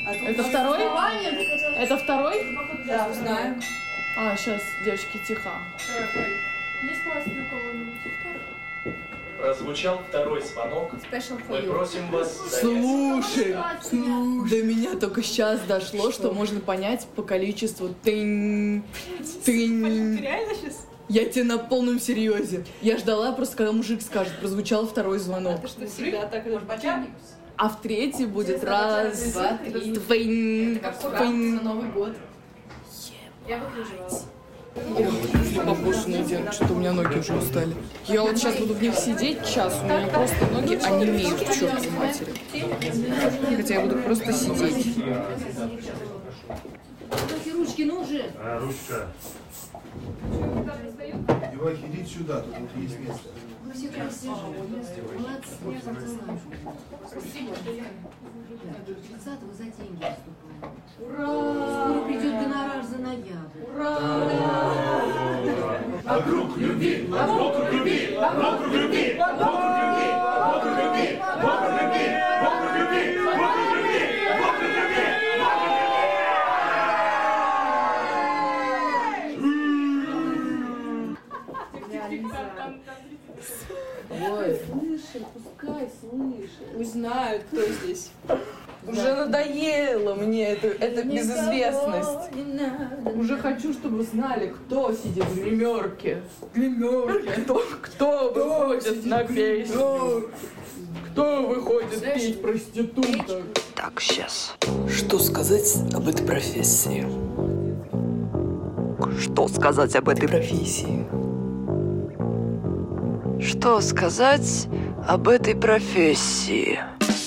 Это второй? Это второй? Да, знаем. Сейчас, девочки, тихо. Есть классный у кого-нибудь? Прозвучал второй звонок. Мы просим вас... Слушай, до меня только сейчас дошло, что можно понять по количеству тынь. Ты реально сейчас? Я тебе на полном серьезе. Я ждала просто, когда мужик скажет, прозвучал второй звонок. Ты что, всегда так? А в третий будет раз, два, три. твынь, Это как твынь. на Новый год. Я выхожу. Бабушный день, что-то у меня ноги уже устали. Я вот сейчас буду в них сидеть час, у меня просто ноги онемеют, к чертовой матери. Хотя я буду просто сидеть. Ручки, ну уже! Ручка. Девахи, идите сюда, тут вот есть место. Вы все красивые. Молодцы, я зацелую. Спасибо. 30-го за деньги выступаем. Ура! Скоро придет гонорар за ноябрь. Ура! Вокруг любви! Вокруг любви! Вокруг любви! Вокруг любви! Вокруг любви! Вокруг любви! Вокруг любви! Вокруг любви! Вокруг любви! Ой, слышит, пускай слышит. Пусть знают, кто здесь. Уже надоело мне эта безызвестность. Уже хочу, чтобы знали, кто сидит в гримерке. Кто выходит на песню. Кто выходит петь проституток. Так, сейчас. Что сказать об этой профессии? Что сказать об этой профессии? Что сказать об этой профессии?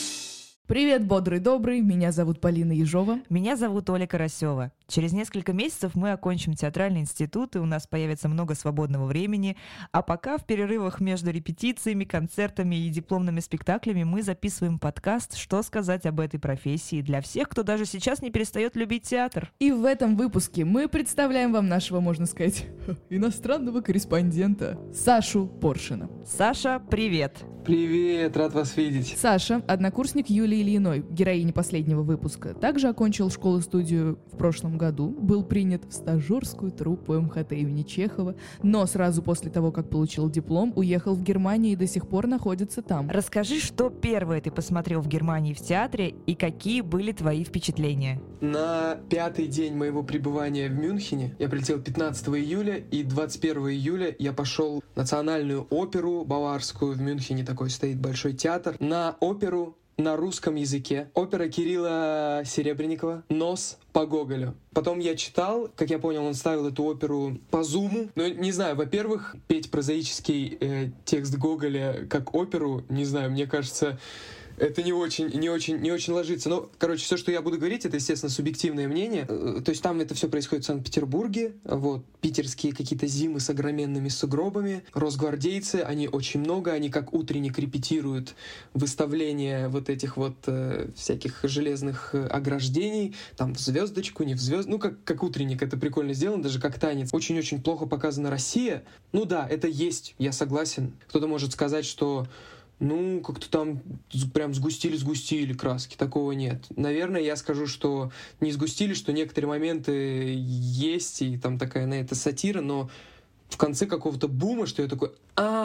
Привет, бодрый, добрый. Меня зовут Полина Ежова. Меня зовут Оля Карасева. Через несколько месяцев мы окончим театральный институт, и у нас появится много свободного времени. А пока в перерывах между репетициями, концертами и дипломными спектаклями мы записываем подкаст «Что сказать об этой профессии» для всех, кто даже сейчас не перестает любить театр. И в этом выпуске мы представляем вам нашего, можно сказать, иностранного корреспондента Сашу Поршина. Саша, привет! Привет, рад вас видеть. Саша — однокурсник Юлии Ильиной, героини последнего выпуска. Также окончил школу-студию в прошлом году, был принят в стажерскую труппу МХТ имени Чехова, но сразу после того, как получил диплом, уехал в Германию и до сих пор находится там. Расскажи, что первое ты посмотрел в Германии в театре и какие были твои впечатления? На 5-й день моего пребывания в Мюнхене я прилетел 15 июля, и 21 июля я пошел в Национальную оперу баварскую в Мюнхене, такой стоит большой театр, на оперу на русском языке. Опера Кирилла Серебренникова «Нос» по Гоголю. Потом я читал, как я понял, он ставил эту оперу по зуму. Но не знаю, во-первых, петь прозаический текст Гоголя как оперу, не знаю, мне кажется, это не очень ложится. Но, короче, все, что я буду говорить, это, естественно, субъективное мнение. То есть там это все происходит в Санкт-Петербурге. Вот, питерские какие-то зимы с огроменными сугробами. Росгвардейцы, они очень много, они как утренник репетируют выставление вот этих вот всяких железных ограждений. Там в звездочку, не в звезд. Ну, как утренник, это прикольно сделано, даже как танец. Очень-очень плохо показана Россия. Ну да, это есть, я согласен. Кто-то может сказать, что как-то там прям сгустили краски. Такого нет. Наверное, я скажу, что не сгустили, что некоторые моменты есть, и там такая на это сатира, но в конце какого-то бума, что я такой: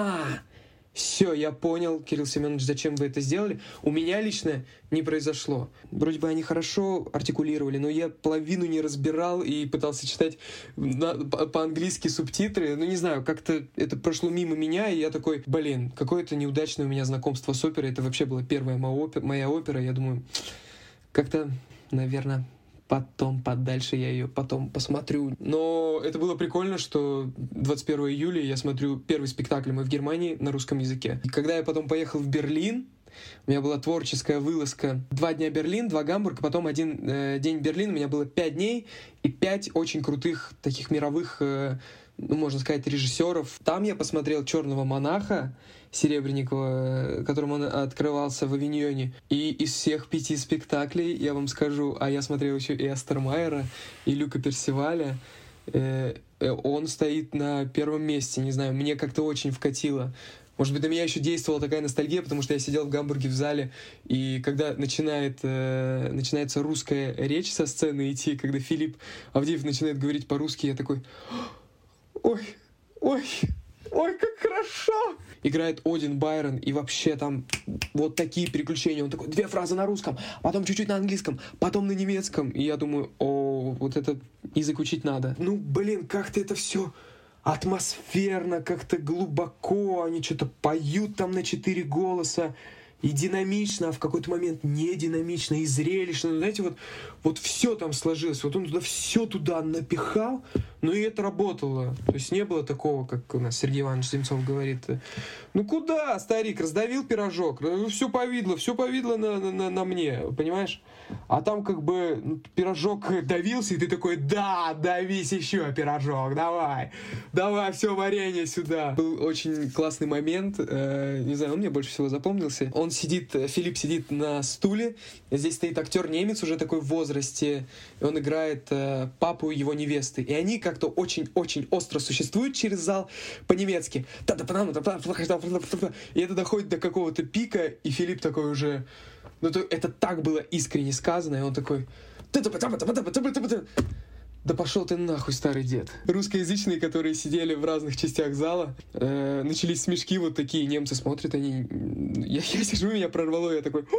все, я понял, Кирилл Семенович, зачем вы это сделали. У меня лично не произошло. Вроде бы они хорошо артикулировали, но я половину не разбирал и пытался читать по-английски субтитры. Не знаю, как-то это прошло мимо меня, и я такой: какое-то неудачное у меня знакомство с оперой. Это вообще была первая моя опера. Я думаю, как-то, наверное, подальше я ее потом посмотрю. Но это было прикольно, что 21 июля я смотрю первый спектакль мой в Германии на русском языке. И когда я потом поехал в Берлин, у меня была творческая вылазка. 2 дня Берлин, 2 Гамбург, потом 1 день Берлин. У меня было 5 дней и 5 очень крутых таких мировых, можно сказать, режиссеров. Там я посмотрел «Черного монаха» Серебренникова, которым он открывался в Авиньоне. И из всех 5 спектаклей, я вам скажу, а я смотрел еще и Астермайера, и Люка Персиваля, он стоит на первом месте. Не знаю, мне как-то очень вкатило. Может быть, на меня еще действовала такая ностальгия, потому что я сидел в Гамбурге в зале, и когда начинается русская речь со сцены идти, когда Филипп Авдеев начинает говорить по-русски, я такой: ой, как хорошо! Играет Один Байрон, и вообще там вот такие переключения. Он такой: 2 фразы на русском, потом чуть-чуть на английском, потом на немецком. И я думаю: вот этот язык учить надо. Ну, блин, как-то это все атмосферно, как-то глубоко. Они что-то поют там на 4 голоса. И динамично, а в какой-то момент не динамично, и зрелищно. Ну, знаете, вот все там сложилось. Вот он все туда напихал, но и это работало. То есть не было такого, как у нас Сергей Иванович Земцов говорит: ну куда, старик, раздавил пирожок? Все повидло на мне, понимаешь? А там как бы пирожок давился, и ты такой: да, давись еще, пирожок, давай, все варенье сюда. Был очень классный момент, не знаю, он мне больше всего запомнился. Филипп сидит на стуле, здесь стоит актер немец уже такой в возрасте, и он играет папу его невесты. И они как-то очень-очень остро существуют через зал по-немецки. И это доходит до какого-то пика, и Филипп такой уже... Ну, это так было искренне сказано, и он такой: да пошел ты нахуй, старый дед. Русскоязычные, которые сидели в разных частях зала, начались смешки вот такие, немцы смотрят, они... Я сижу, меня прорвало, я такой...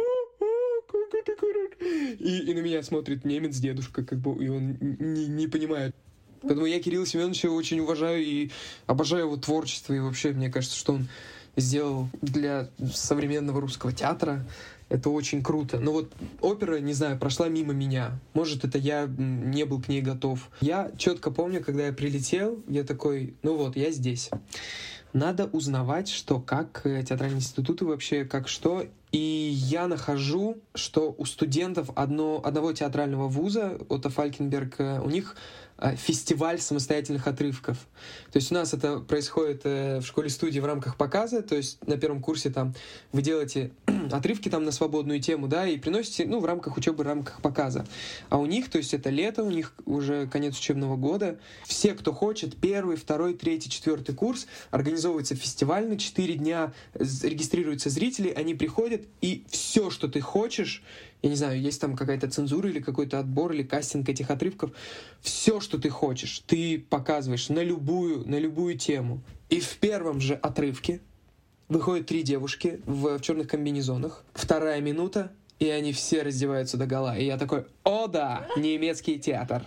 И на меня смотрит немец, дедушка, как бы, и он не понимает. Поэтому я Кирилла Семеновича очень уважаю и обожаю его творчество, и вообще, мне кажется, что он сделал для современного русского театра. Это очень круто. Но вот опера, не знаю, прошла мимо меня. Может, это я не был к ней готов. Я четко помню, когда я прилетел, я такой: ну вот, я здесь. Надо узнавать, что как театральные институты вообще, как что. И я нахожу, что у студентов одного театрального вуза, Отто Фалькенберг, у них фестиваль самостоятельных отрывков. То есть у нас это происходит в школе-студии в рамках показа, то есть на первом курсе там вы делаете отрывки там на свободную тему, да, и приносите, в рамках учебы, в рамках показа. А у них, то есть это лето, у них уже конец учебного года, все, кто хочет, 1, 2, 3, 4 курс, организовывается фестиваль на 4 дня, регистрируются зрители, они приходят, и все, что ты хочешь, я не знаю, есть там какая-то цензура или какой-то отбор или кастинг этих отрывков, все, что ты хочешь, ты показываешь на любую тему. И в первом же отрывке выходят 3 девушки в черных комбинезонах, 2 минута, и они все раздеваются догола. И я такой: о да, немецкий театр.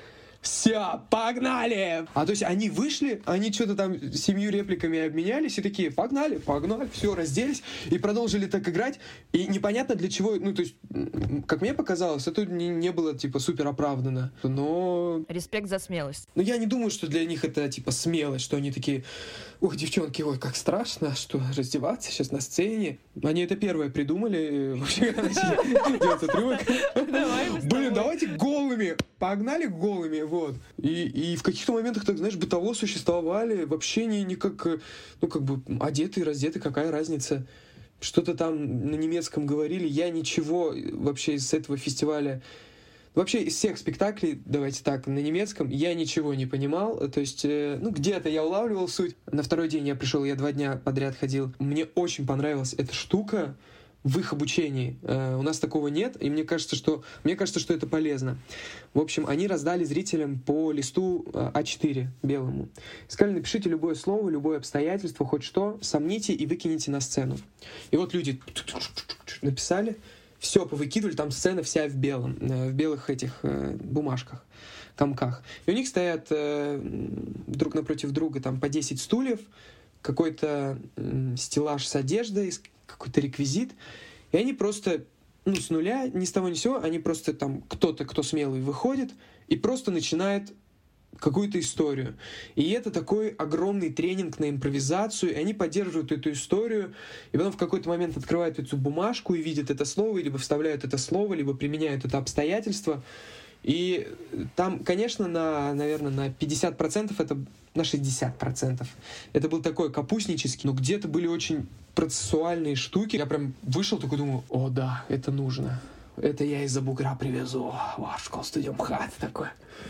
Все, погнали! А то есть они вышли, они что-то там 7 репликами обменялись и такие: погнали, все, разделись и продолжили так играть. И непонятно для чего, то есть, как мне показалось, это не было, типа, супер оправдано. Но... Респект за смелость. Но я не думаю, что для них это, типа, смелость, что они такие: ох, девчонки, ой, как страшно, что раздеваться сейчас на сцене. Они это первое придумали, вообще, когда начали делать отрывок. Блин, давайте голыми, погнали голыми. Вот. И в каких-то моментах, так, знаешь, бытово существовали, вообще не как, как бы одеты и раздеты, какая разница. Что-то там на немецком говорили, я ничего вообще из этого фестиваля, вообще из всех спектаклей, давайте так, на немецком, я ничего не понимал, то есть, где-то я улавливал суть. На 2-й день я пришел, я 2 дня подряд ходил, мне очень понравилась эта штука в их обучении. У нас такого нет, и мне кажется, что это полезно. В общем, они раздали зрителям по листу А4 белому. Сказали: напишите любое слово, любое обстоятельство, хоть что, сомните и выкинете на сцену. И вот люди написали, все повыкидывали, там сцена вся в белом, в белых этих бумажках, комках. И у них стоят друг напротив друга там по 10 стульев, какой-то стеллаж с одеждой, какой-то реквизит, и они просто, с нуля, ни с того ни с сего, они просто там, кто смелый, выходит и просто начинает какую-то историю. И это такой огромный тренинг на импровизацию, и они поддерживают эту историю, и потом в какой-то момент открывают эту бумажку и видят это слово, либо вставляют это слово, либо применяют это обстоятельство. И там, конечно, наверное, на 50%, это на 60%. Это был такой капустнический, но где-то были очень процессуальные штуки. Я прям вышел, такой думаю: о да, это нужно. Это я из-за бугра привезу. Ваш школ-студия МХАТ такой.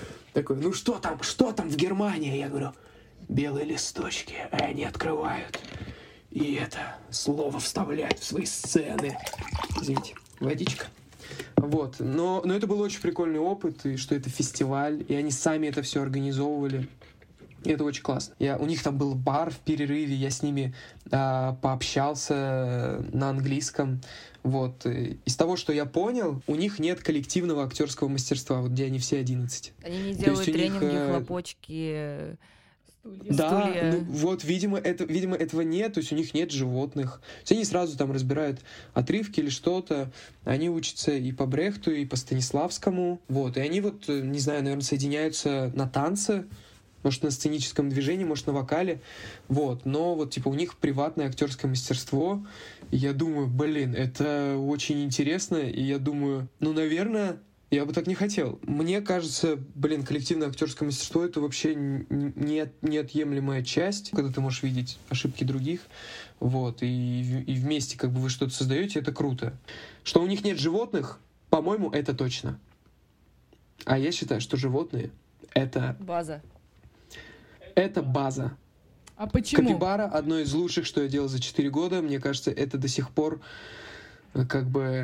Ну что там в Германии? Я говорю: белые листочки, они открывают. и это слово вставлять в свои сцены. Извините, водичка. Вот, но это был очень прикольный опыт, и что это фестиваль, и они сами это все организовывали. И это очень классно. У них там был бар в перерыве, я с ними пообщался на английском. Вот. Из того, что я понял, у них нет коллективного актерского мастерства, вот где они все 11. Они не делают тренинги, хлопочки, да, стулья. Вот, видимо, этого нет, то есть у них нет животных. То есть они сразу там разбирают отрывки или что-то. Они учатся и по Брехту, и по Станиславскому. Вот. И они вот, не знаю, наверное, соединяются на танце, может, на сценическом движении, может, на вокале. Вот. Но вот, типа, у них приватное актерское мастерство. И я думаю, блин, это очень интересно. И я думаю, наверное, я бы так не хотел. Мне кажется, коллективное актерское мастерство — это вообще неотъемлемая часть, когда ты можешь видеть ошибки других. Вот. И вместе как бы вы что-то создаете, это круто. Что у них нет животных, по-моему, это точно. А я считаю, что животные — это... База. Это база. А почему? Капибара — одно из лучших, что я делал за 4 года. Мне кажется, это до сих пор как бы...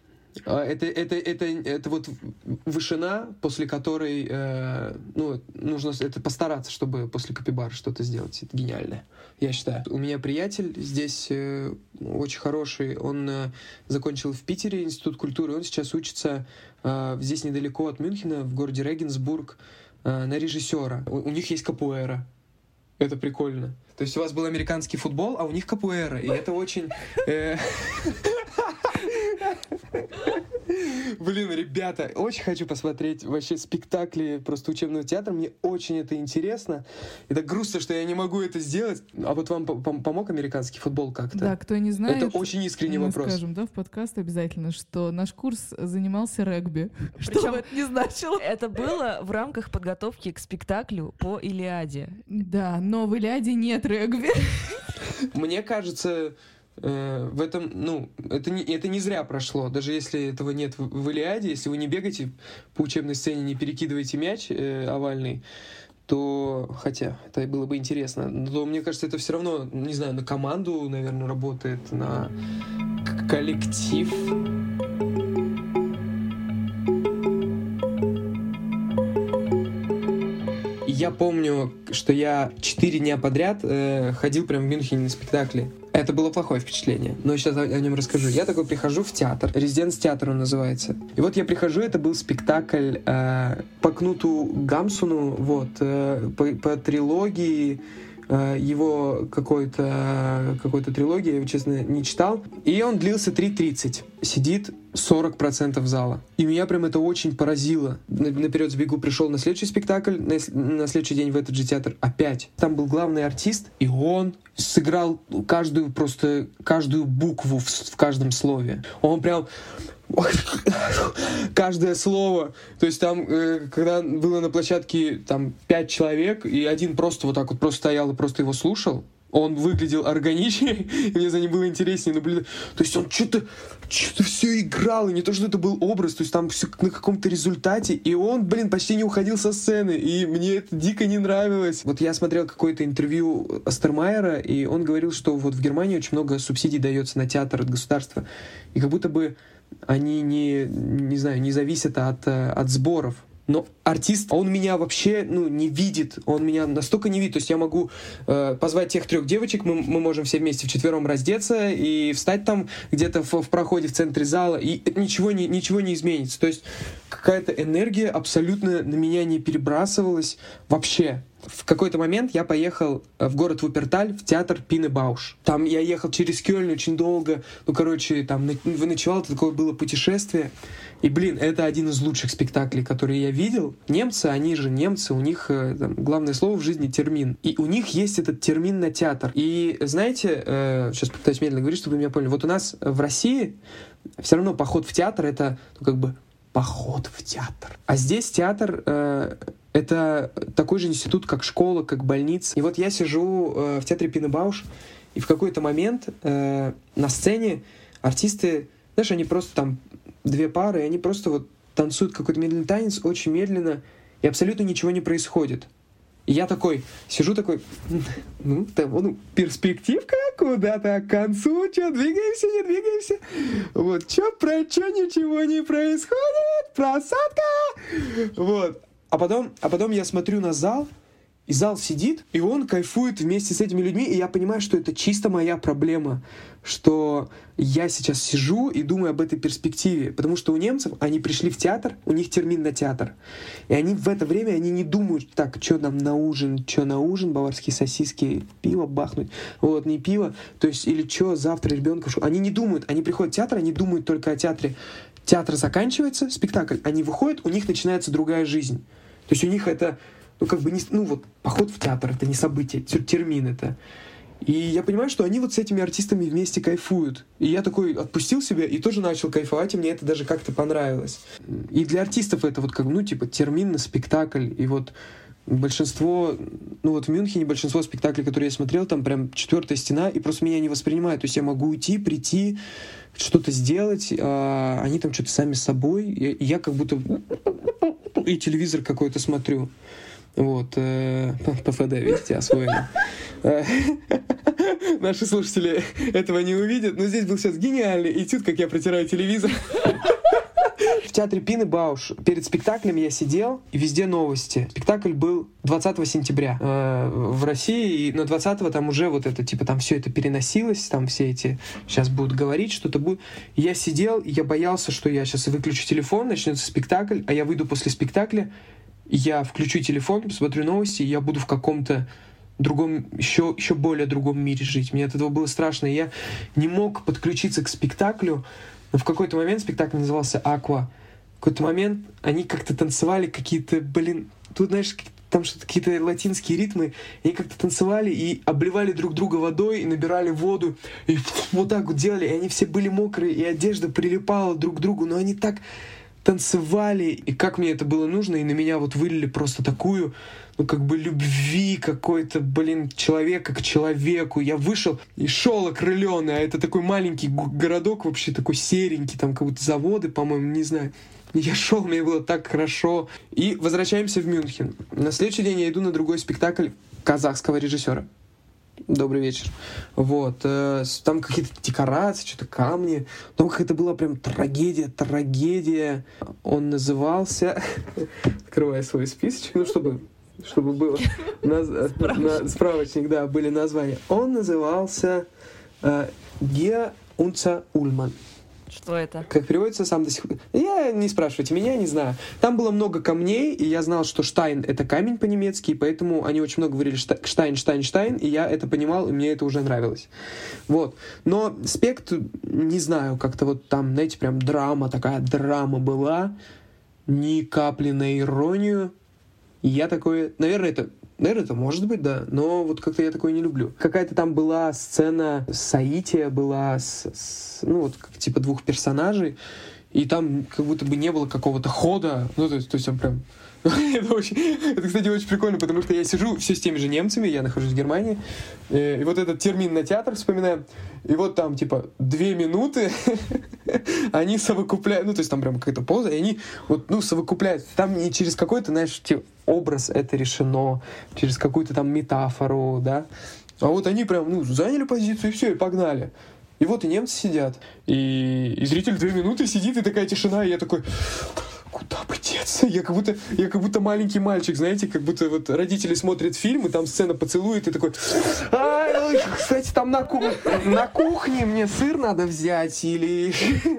Это вот вышина, после которой нужно это постараться, чтобы после Капибары что-то сделать. Это гениально, я считаю. У меня приятель здесь очень хороший. Он закончил в Питере институт культуры. Он сейчас учится здесь недалеко от Мюнхена, в городе Регенсбург, на режиссера. У них есть капуэра. Это прикольно. То есть у вас был американский футбол, а у них капуэра. И это очень... Блин, ребята, очень хочу посмотреть вообще спектакли просто учебного театра. Мне очень это интересно. И так грустно, что я не могу это сделать. А вот вам помог американский футбол как-то? Да, кто не знает... Это очень искренний вопрос. Мы скажем, да, в подкаст обязательно, что наш курс занимался регби. Что бы это ни значило. Это было в рамках подготовки к спектаклю по Илиаде. Да, но в Илиаде нет регби. Мне кажется... в этом, это не зря прошло. Даже если этого нет в Илиаде, если вы не бегаете по учебной сцене, не перекидываете мяч овальный, то, хотя это было бы интересно, то, мне кажется, это все равно, не знаю, на команду, наверное, работает, на коллектив. Я помню, что я 4 дня подряд ходил прям в Мюнхене на спектакли. Это было плохое впечатление, но сейчас о нем расскажу. Я такой прихожу в театр, резиденц-театр он называется. И вот я прихожу, это был спектакль по Кнуту Гамсуну, вот, по трилогии, его какой-то трилогии, я его, честно, не читал. И он длился 3:30. Сидит 40% зала. И меня прям это очень поразило. Наперед сбегу, пришел на следующий спектакль, на следующий день в этот же театр опять. Там был главный артист, и он сыграл каждую букву в каждом слове. Он прям... Каждое слово. То есть там, когда было на площадке там 5 человек, и один просто вот так вот просто стоял и просто его слушал, он выглядел органичнее, и мне за ним было интереснее наблюдать. То есть он что-то все играл, и не то, что это был образ, то есть там все на каком-то результате, и он, почти не уходил со сцены, и мне это дико не нравилось. Вот я смотрел какое-то интервью Остермайера, и он говорил, что вот в Германии очень много субсидий дается на театр от государства, и как будто бы они не зависят от сборов. Но артист, он меня вообще, не видит. Он меня настолько не видит. То есть я могу позвать тех 3 девочек, мы можем все вместе вчетвером раздеться и встать там где-то в проходе в центре зала, и ничего не изменится. То есть какая-то энергия абсолютно на меня не перебрасывалась вообще. В какой-то момент я поехал в город Вуперталь, в театр Пины Бауш. Там я ехал через Кёльн очень долго. Там ночевал, это такое было путешествие. И, это один из лучших спектаклей, которые я видел. Немцы, они же немцы, у них главное слово в жизни — термин. И у них есть этот термин на театр. И, знаете, сейчас попытаюсь медленно говорить, чтобы вы меня поняли. Вот у нас в России все равно поход в театр — это, поход в театр. А здесь театр... Это такой же институт, как школа, как больница. И вот я сижу в театре Пины Бауш, и в какой-то момент на сцене артисты, знаешь, они просто там 2 пары, и они просто вот танцуют какой-то медленный танец, очень медленно, и абсолютно ничего не происходит. И я такой, сижу такой, перспективка куда-то к концу, что, двигаемся, не двигаемся? Вот, что ничего не происходит, просадка! Вот. А потом я смотрю на зал, и зал сидит, и он кайфует вместе с этими людьми, и я понимаю, что это чисто моя проблема, что я сейчас сижу и думаю об этой перспективе, потому что у немцев, они пришли в театр, у них термин на театр, и они в это время, они не думают, так, что нам на ужин, баварские сосиски, пиво бахнуть, вот, не пиво, то есть, или что, завтра ребенка, они не думают, они приходят в театр, они думают только о театре, театр заканчивается, спектакль, они выходят, у них начинается другая жизнь, то есть у них это поход в театр, это не событие, термин это. И я понимаю, что они вот с этими артистами вместе кайфуют. И я такой отпустил себя и тоже начал кайфовать, и мне это даже как-то понравилось. И для артистов это вот термин на спектакль. И вот большинство, в Мюнхене большинство спектаклей, которые я смотрел, там прям четвертая стена, и просто меня не воспринимают. То есть я могу уйти, прийти, что-то сделать, а они там что-то сами с собой, и я как будто и телевизор какой-то смотрю. Вот, ПФД, видите, освоено. Наши слушатели этого не увидят, но здесь был сейчас гениальный этюд, как я протираю телевизор. В театре Пины Бауш перед спектаклем я сидел, и везде новости. Спектакль был 20 сентября в России, и на 20-го там уже вот это, там все это переносилось, там все эти сейчас будут говорить, что-то будет. И я сидел, и я боялся, что я сейчас выключу телефон, начнется спектакль, а я выйду после спектакля, я включу телефон, посмотрю новости, и я буду в каком-то другом, еще более другом мире жить. Мне от этого было страшно, и я не мог подключиться к спектаклю. Но в какой-то момент спектакль назывался «Аква». В какой-то момент они как-то танцевали какие-то, тут, знаешь, там что-то какие-то латинские ритмы, и они как-то танцевали и обливали друг друга водой, и набирали воду, и вот так вот делали, и они все были мокрые, и одежда прилипала друг к другу, но они так танцевали, и как мне это было нужно, и на меня вот вылили просто такую, любви какой-то, человека к человеку. Я вышел и шел окрыленный, а это такой маленький городок, вообще такой серенький, там как будто заводы, по-моему, не знаю. Я шел, мне было так хорошо. И возвращаемся в Мюнхен. На следующий день я иду на другой спектакль казахского режиссера. Добрый вечер. Вот. Там какие-то декорации, что-то камни. Там какая-то была прям трагедия. Он назывался... Открываю свой списочек, чтобы было справочник, да, были названия. Он назывался «Геа Унца Ульман». Что это? Как переводится, сам до сих пор... Не спрашивайте меня, не знаю. Там было много камней, и я знал, что Штайн — это камень по-немецки, и поэтому они очень много говорили Штайн, и я это понимал, и мне это уже нравилось. Вот. Но спект, не знаю, как-то вот там, знаете, прям такая драма была, ни капли на иронию. И я такой... Наверное, это может быть, да, но вот как-то я такое не люблю. Какая-то там была сцена, соития была типа двух персонажей, и там как будто бы не было какого-то хода, то есть там прям... Это, кстати, очень прикольно, потому что я сижу все с теми же немцами, я нахожусь в Германии, и вот этот термин на театр вспоминаю, и вот там, 2 минуты они совокупляют, то есть там прям какая-то поза, и они совокупляют. Там не через какой-то, знаешь, образ это решено, через какую-то там метафору, да, а вот они прям, заняли позицию, и все, и погнали. И вот и немцы сидят, и зритель 2 минуты сидит, и такая тишина, и я такой... Куда бы деться? Я как будто маленький мальчик, знаете, как будто вот родители смотрят фильм, и там сцена поцелует, и такой... Кстати, там на кухне мне сыр надо взять, или...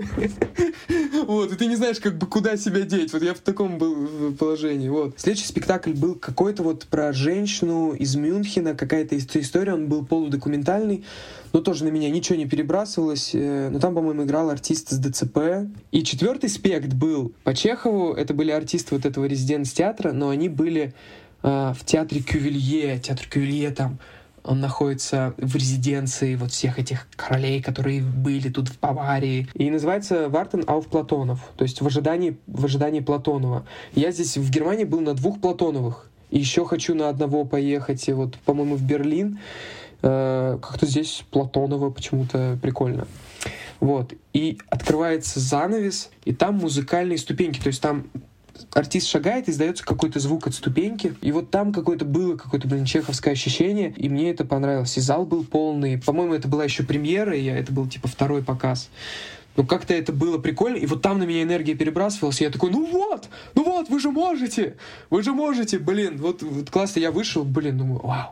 Вот, и ты не знаешь, куда себя деть. Вот я в таком был положении, вот. Следующий спектакль был какой-то вот про женщину из Мюнхена, какая-то история, он был полудокументальный, но тоже на меня ничего не перебрасывалось. Но там, по-моему, играл артист с ДЦП. И 4-й спект был по Чехову. Это были артисты вот этого резиденц-театра, но они были в театре Кювелье. Театр Кювелье там, он находится в резиденции вот всех этих королей, которые были тут в Баварии. И называется «Warten auf Платонов», то есть в ожидании Платонова. Я здесь в Германии был на 2 Платоновых. И еще хочу на одного поехать, вот, по-моему, в Берлин. Как-то здесь Платонова почему-то прикольно. Вот. И открывается занавес, и там музыкальные ступеньки. То есть там артист шагает, издается какой-то звук от ступеньки, и вот там какое-то, чеховское ощущение, и мне это понравилось. И зал был полный. По-моему, это была еще премьера, и это был, типа, второй показ. Ну, как-то это было прикольно, и вот там на меня энергия перебрасывалась, и я такой, ну вот, вы же можете, блин, вот классно, я вышел, блин, думаю, вау,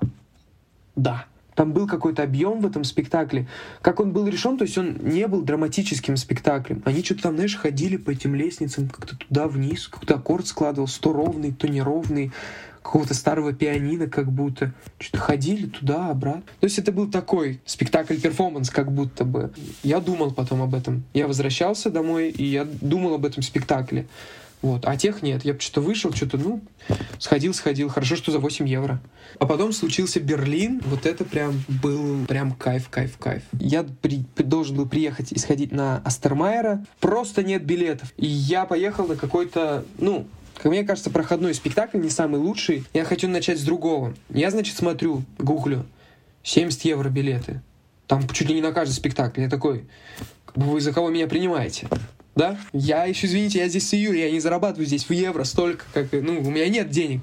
да. Там был какой-то объем в этом спектакле. Как он был решен, то есть он не был драматическим спектаклем. Они что-то там, знаешь, ходили по этим лестницам как-то туда-вниз, какой-то аккорд складывался, то ровный, то неровный, какого-то старого пианино как будто. Что-то ходили туда-обратно. То есть это был такой спектакль-перформанс как будто бы. Я думал потом об этом. Я возвращался домой, и я думал об этом спектакле. Вот. А тех нет. Я что-то вышел, сходил. Хорошо, что за 8 евро. А потом случился Берлин. Вот это был кайф. Я должен был приехать и сходить на Астермайера. Просто нет билетов. И я поехал на какой-то, как мне кажется, проходной спектакль, не самый лучший. Я хочу начать с другого. Я, смотрю, гуглю. 70 евро билеты. Там чуть ли не на каждый спектакль. Я такой, вы за кого меня принимаете? Да? Я еще, извините, я здесь с июля, я не зарабатываю здесь в евро столько, у меня нет денег.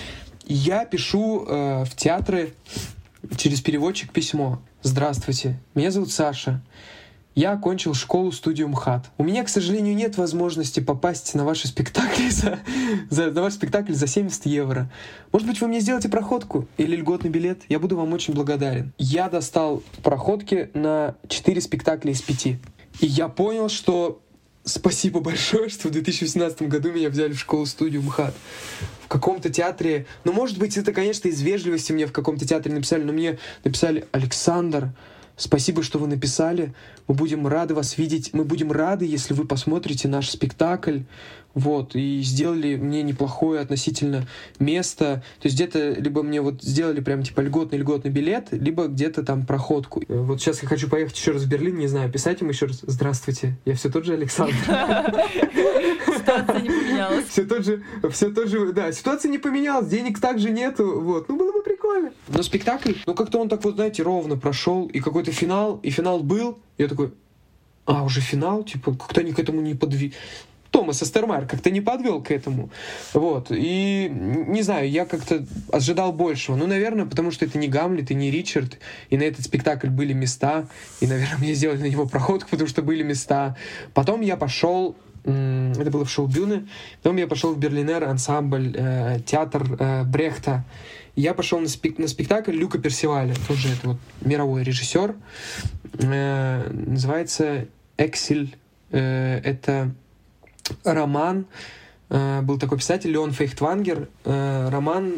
Я пишу в театры через переводчик письмо. Здравствуйте, меня зовут Саша. Я окончил школу-студию МХАТ. У меня, к сожалению, нет возможности попасть на ваши спектакли на ваш спектакль за 70 евро. Может быть, вы мне сделаете проходку или льготный билет? Я буду вам очень благодарен. Я достал проходки на 4 спектакля из 5. И я понял, что спасибо большое, что в 2018 году меня взяли в школу-студию МХАТ. В каком-то театре... может быть, это, конечно, из вежливости мне в каком-то театре написали, но мне написали: Александр, спасибо, что вы написали. Мы будем рады вас видеть. Мы будем рады, если вы посмотрите наш спектакль. Вот. И сделали мне неплохое относительно место. То есть где-то либо мне сделали прям типа льготный билет, либо где-то там проходку. Вот сейчас я хочу поехать еще раз в Берлин, не знаю, писать им еще раз: здравствуйте, я все тот же Александр. Ситуация не поменялась. Все тот же, да, ситуация не поменялась, денег также нету, вот. Было бы прикольно. Но спектакль, как-то он так ровно прошел, и какой-то финал, и финал был, я такой, уже финал, как-то они к этому не подвели. Томас Астермайер как-то не подвел к этому. Вот. И, не знаю, я как-то ожидал большего. Наверное, потому что это не Гамлет и не Ричард, и на этот спектакль были места, и, наверное, мне сделали на него проходку, потому что были места. Потом я пошел, это было в шоу-бюне, потом я пошел в Берлинер ансамбль, театр Брехта. Я пошел на спектакль Люка Персиваля, тоже это мировой режиссер, называется «Эксель». Это роман, был такой писатель Леон Фейхтвангер, роман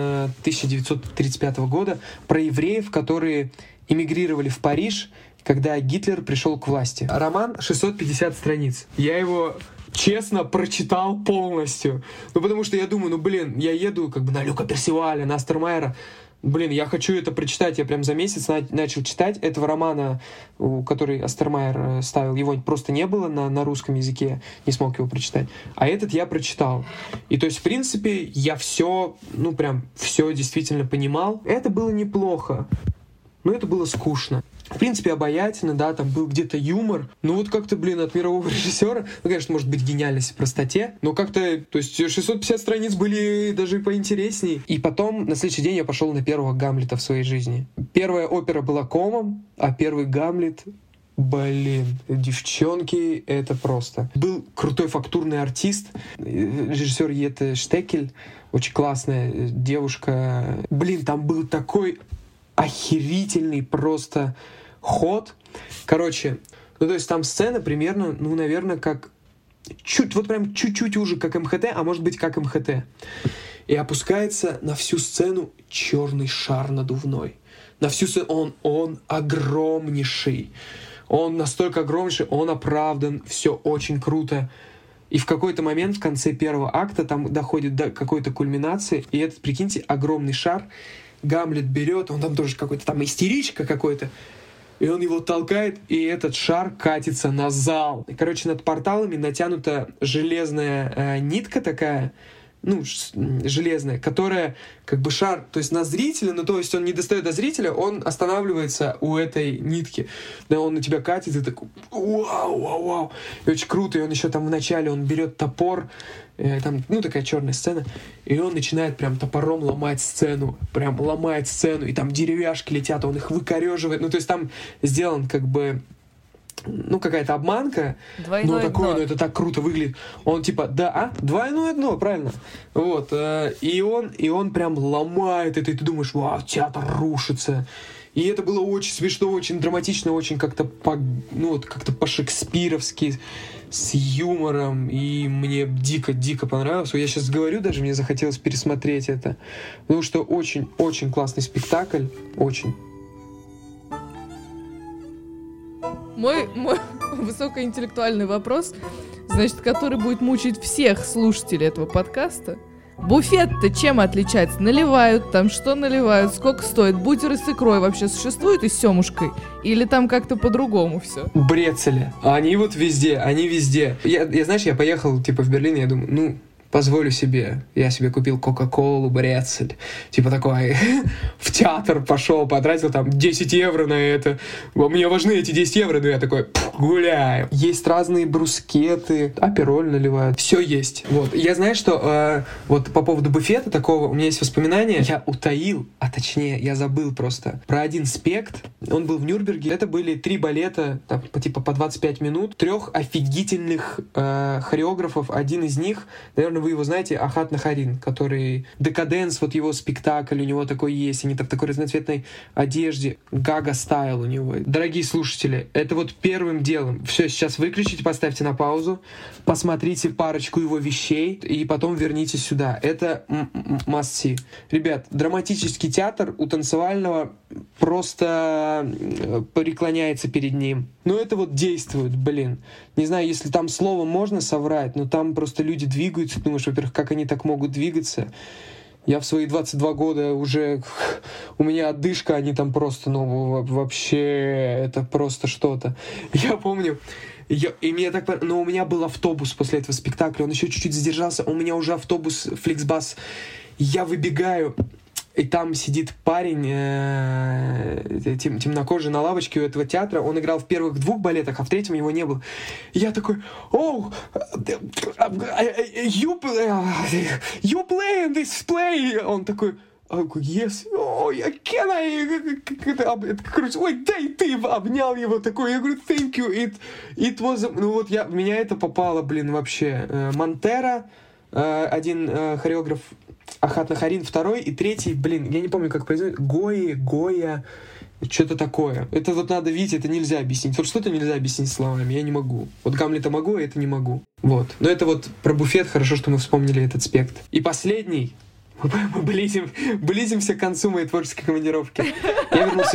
1935 года про евреев, которые эмигрировали в Париж, когда Гитлер пришел к власти. Роман 650 страниц. Я его честно прочитал полностью. Потому что я думаю, я еду на Люка Персиваля, на Астермайера. Я хочу это прочитать. Я прям за месяц начал читать. Этого романа, который Астермайер ставил, его просто не было на русском языке. Не смог его прочитать. А этот я прочитал. И то есть, в принципе, я все, все действительно понимал. Это было неплохо. Но это было скучно. В принципе, обаятельно, да, там был где-то юмор. Как-то, от мирового режиссера, конечно, может быть, гениальность в простоте, но как-то, то есть 650 страниц были даже поинтересней. И потом, на следующий день я пошел на первого Гамлета в своей жизни. Первая опера была комом, а первый Гамлет... девчонки, это просто. Был крутой фактурный артист, режиссер Ете Штекель, очень классная девушка. Там был такой охерительный просто ход. Короче, то есть там сцена примерно, наверное, как чуть-чуть уже как МХТ, а может быть как МХТ. И опускается на всю сцену черный шар надувной. На всю сцену он огромнейший. Он настолько огромнейший, он оправдан, все очень круто. И в какой-то момент в конце первого акта там доходит до какой-то кульминации, и этот, прикиньте, огромный шар Гамлет берет, он там тоже какой-то там истеричка какой-то, и он его толкает, и этот шар катится на зал. И, над порталами натянута железная нитка такая, железная, которая как бы шар, то есть на зрителя, то есть он не достает до зрителя, он останавливается у этой нитки. Да, он на тебя катит, и такой вау. И очень круто, и он еще там вначале, он берет топор, там, такая черная сцена, и он начинает прям топором ломать сцену, и там деревяшки летят, он их выкореживает, то есть там сделан как бы какая-то обманка, двойное дно. Это так круто выглядит. Он двойное дно, правильно. Вот. И он прям ломает это, и ты думаешь, вау, театр рушится. И это было очень смешно, очень драматично, очень как-то как-то по-шекспировски, с юмором, и мне дико-дико понравилось. Я сейчас говорю, даже мне захотелось пересмотреть это, потому что очень-очень классный спектакль, очень. Мой высокоинтеллектуальный вопрос, значит, который будет мучить всех слушателей этого подкаста. Буфет-то чем отличается? Наливают там, что наливают, сколько стоит? Бутеры с икрой вообще существуют и с семушкой? Или там как-то по-другому все? Брецели. Они везде. Я поехал, в Берлин, я думаю, позволю себе. Я себе купил Кока-Колу, брецель. Такой, в театр пошел, потратил там 10 евро на это. Мне важны эти 10 евро, но я такой, гуляю. Есть разные брускеты, апероль наливают. Все есть. Вот. Я знаю, что по поводу буфета такого, у меня есть воспоминания. Я утаил, я забыл просто, про один спект. Он был в Нюрнберге. Это были 3 балета, по 25 минут. 3 офигительных хореографов. Один из них, наверное, вы его знаете, Ахат Нахарин, который Декаденс, его спектакль, у него такой есть, они в такой разноцветной одежде, Гага стайл у него. Дорогие слушатели, это первым делом. Все, сейчас выключите, поставьте на паузу, посмотрите парочку его вещей и потом вернитесь сюда. Это must see. Ребят, драматический театр у танцевального просто преклоняется перед ним. Это действует, Не знаю, если там словом можно соврать, но там просто люди двигаются. Думаешь, во-первых, как они так могут двигаться? Я в свои 22 года уже... У меня одышка, они там просто, вообще, это просто что-то. Я помню... у меня был автобус после этого спектакля, он еще чуть-чуть задержался, у меня уже автобус, Фликсбас. Я выбегаю... И там сидит парень, темнокожий, на лавочке у этого театра. Он играл в первых 2 балетах, а в 3-м его не было. И я такой, you play in this play? Он такой, yes, can I? Ой, дай ты, обнял его такой. Я говорю, thank you, it was... меня это попало, вообще. Монтера, один хореограф, Ахат Нахарин, 2-й, и 3-й, я не помню, как произносит, Гоя, что-то такое. Это надо видеть, это нельзя объяснить. Что-то нельзя объяснить словами, я не могу. Гамлета могу, а это не могу. Но это про буфет, хорошо, что мы вспомнили этот спект. И последний, мы близимся к концу моей творческой командировки. Я вернулся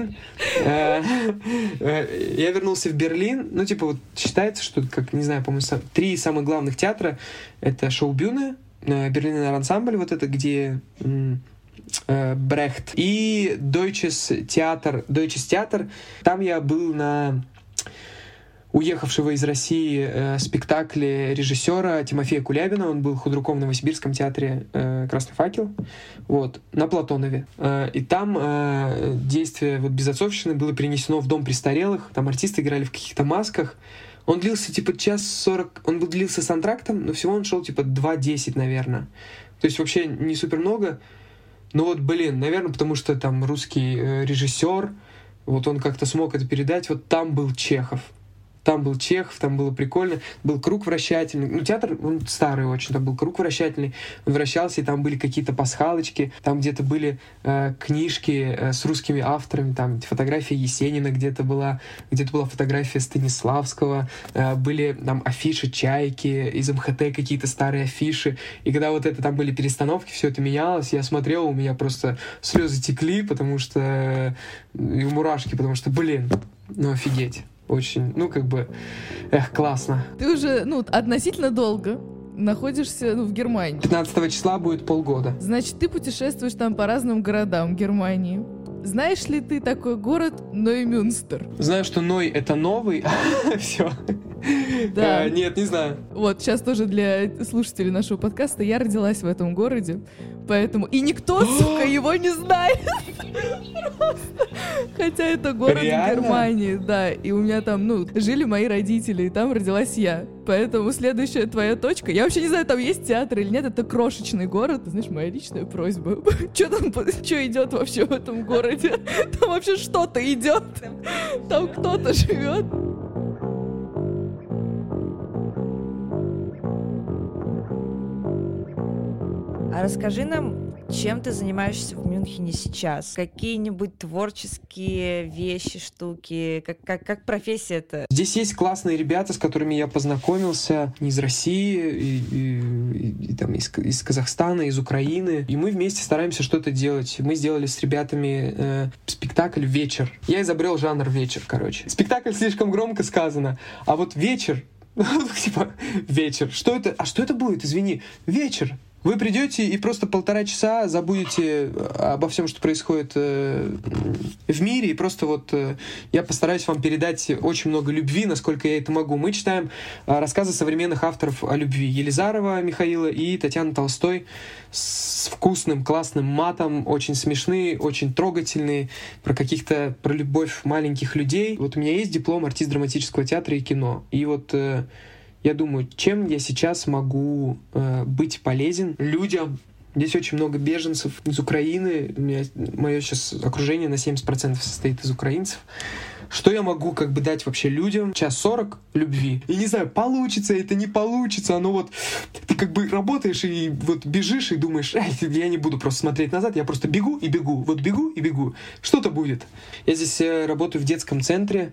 в Берлин. Считается, что, по-моему, 3 самых главных театра — это Шоу-Бюhne, Берлинер ансамбль, где Брехт, и Deutsches Theater. Там я был на уехавшего из России спектакле режиссера Тимофея Кулябина. Он был худруком в Новосибирском театре «Красный факел», на Платонове. И там действие «Безотцовщины» было перенесено в дом престарелых. Там артисты играли в каких-то масках. Он длился, 1:40, он длился с антрактом, но всего он шел, 2:10, наверное. То есть вообще не супер много. Но наверное, потому что там русский режиссер, он как-то смог это передать. Там был Чехов. Там было прикольно. Был круг вращательный. Театр, он старый очень. Там был круг вращательный. Он вращался, и там были какие-то пасхалочки. Там где-то были книжки с русскими авторами. Там фотография Есенина где-то была фотография Станиславского. Были там афиши «Чайки», из МХТ какие-то старые афиши. И когда там были перестановки, все это менялось, я смотрел, у меня просто слезы текли, потому что... И мурашки, потому что, офигеть. Очень, классно. Ты уже, относительно долго находишься, в Германии. 15 числа будет полгода. Значит, ты путешествуешь там по разным городам Германии. Знаешь ли ты такой город Ноймюнстер? Знаю, что Ной — это новый. Все. Да. Нет, не знаю. Вот, сейчас тоже для слушателей нашего подкаста. Я родилась в этом городе, поэтому... И никто, сука, его не знает. Хотя это город в Германии, да. И у меня там, жили мои родители, и там родилась я. Поэтому следующая твоя точка... Я вообще не знаю, там есть театр или нет. Это крошечный город. Ты знаешь, моя личная просьба. Что идет вообще в этом городе? Там вообще что-то идет. Там кто-то живет. А расскажи нам, чем ты занимаешься в Мюнхене сейчас? Какие-нибудь творческие вещи, штуки? Как профессия-то? Здесь есть классные ребята, с которыми я познакомился из России, и там из Казахстана, из Украины. И мы вместе стараемся что-то делать. Мы сделали с ребятами спектакль «Вечер». Я изобрел жанр «Вечер», короче. Спектакль слишком громко сказано, а вот «Вечер», типа «Вечер». Что это? А что это будет? Извини. «Вечер». Вы придете и просто 1,5 часа забудете обо всем, что происходит в мире, и просто я постараюсь вам передать очень много любви, насколько я это могу. Мы читаем рассказы современных авторов о любви. Елизарова Михаила и Татьяны Толстой с вкусным, классным матом, очень смешные, очень трогательные, про любовь маленьких людей. Вот у меня есть диплом артист драматического театра и кино. И я думаю, чем я сейчас могу быть полезен людям. Здесь очень много беженцев из Украины. Мое сейчас окружение на 70% состоит из украинцев. Что я могу дать вообще людям? 1:40 любви. И не знаю, получится это, не получится. Оно ты работаешь и бежишь и думаешь, я не буду просто смотреть назад, я просто бегу и бегу. Бегу и бегу. Что-то будет. Я здесь работаю в детском центре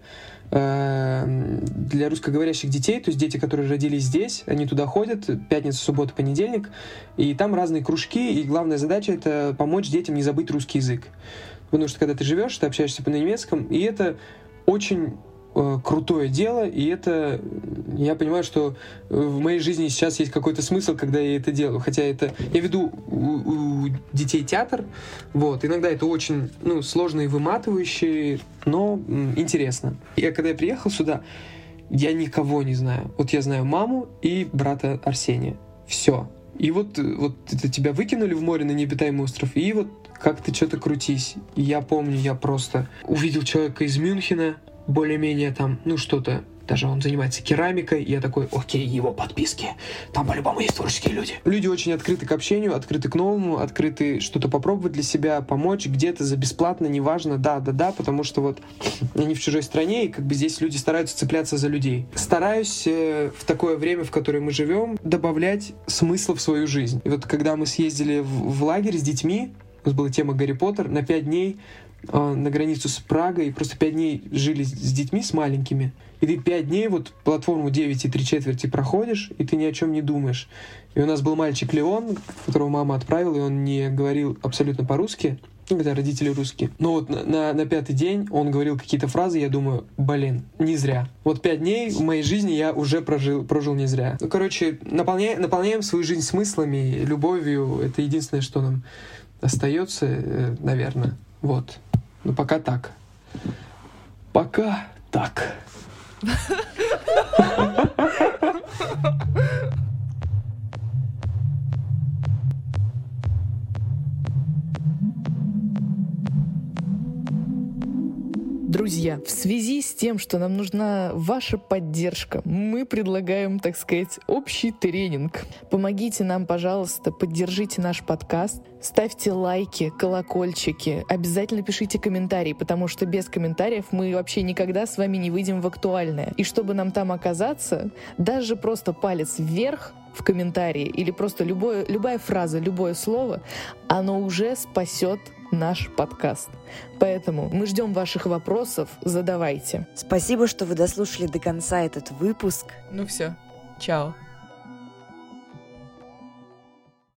для русскоговорящих детей, то есть дети, которые родились здесь, они туда ходят пятница, суббота, понедельник, и там разные кружки, и главная задача — это помочь детям не забыть русский язык. Потому что когда ты живешь, ты общаешься на немецком, и это очень крутое дело, и это... Я понимаю, что в моей жизни сейчас есть какой-то смысл, когда я это делаю. Хотя я веду у детей театр, иногда это очень сложно и выматывающе, но интересно. Когда я приехал сюда, я никого не знаю. Я знаю маму и брата Арсения. Все. И это тебя выкинули в море на необитаемый остров, и как ты что-то крутись. И я помню, я просто увидел человека из Мюнхена, более-менее там, что-то, даже он занимается керамикой, и я такой, окей, его подписки, там по-любому есть творческие люди. Люди очень открыты к общению, открыты к новому, открыты что-то попробовать для себя, помочь где-то за бесплатно, неважно, да, потому что они в чужой стране, и здесь люди стараются цепляться за людей. Стараюсь в такое время, в которое мы живем, добавлять смысла в свою жизнь. И когда мы съездили в лагерь с детьми, у нас была тема Гарри Поттер, на 5 дней на границу с Прагой, и просто 5 дней жили с детьми, с маленькими. И ты 5 дней платформу 9 3/4 проходишь, и ты ни о чем не думаешь. И у нас был мальчик Леон, которого мама отправила, и он не говорил абсолютно по-русски, когда родители русские. Но на 5-й день он говорил какие-то фразы, я думаю, не зря. 5 дней в моей жизни я уже прожил не зря. Наполняем свою жизнь смыслами, любовью. Это единственное, что нам остается, наверное. Пока так. Пока так. Друзья, в связи с тем, что нам нужна ваша поддержка, мы предлагаем, так сказать, общий тренинг. Помогите нам, пожалуйста, поддержите наш подкаст, ставьте лайки, колокольчики, обязательно пишите комментарии, потому что без комментариев мы вообще никогда с вами не выйдем в актуальное. И чтобы нам там оказаться, даже просто палец вверх в комментарии или просто любая фраза, любое слово, оно уже спасет наш подкаст. Поэтому мы ждем ваших вопросов, задавайте. Спасибо, что вы дослушали до конца этот выпуск. Все, чао.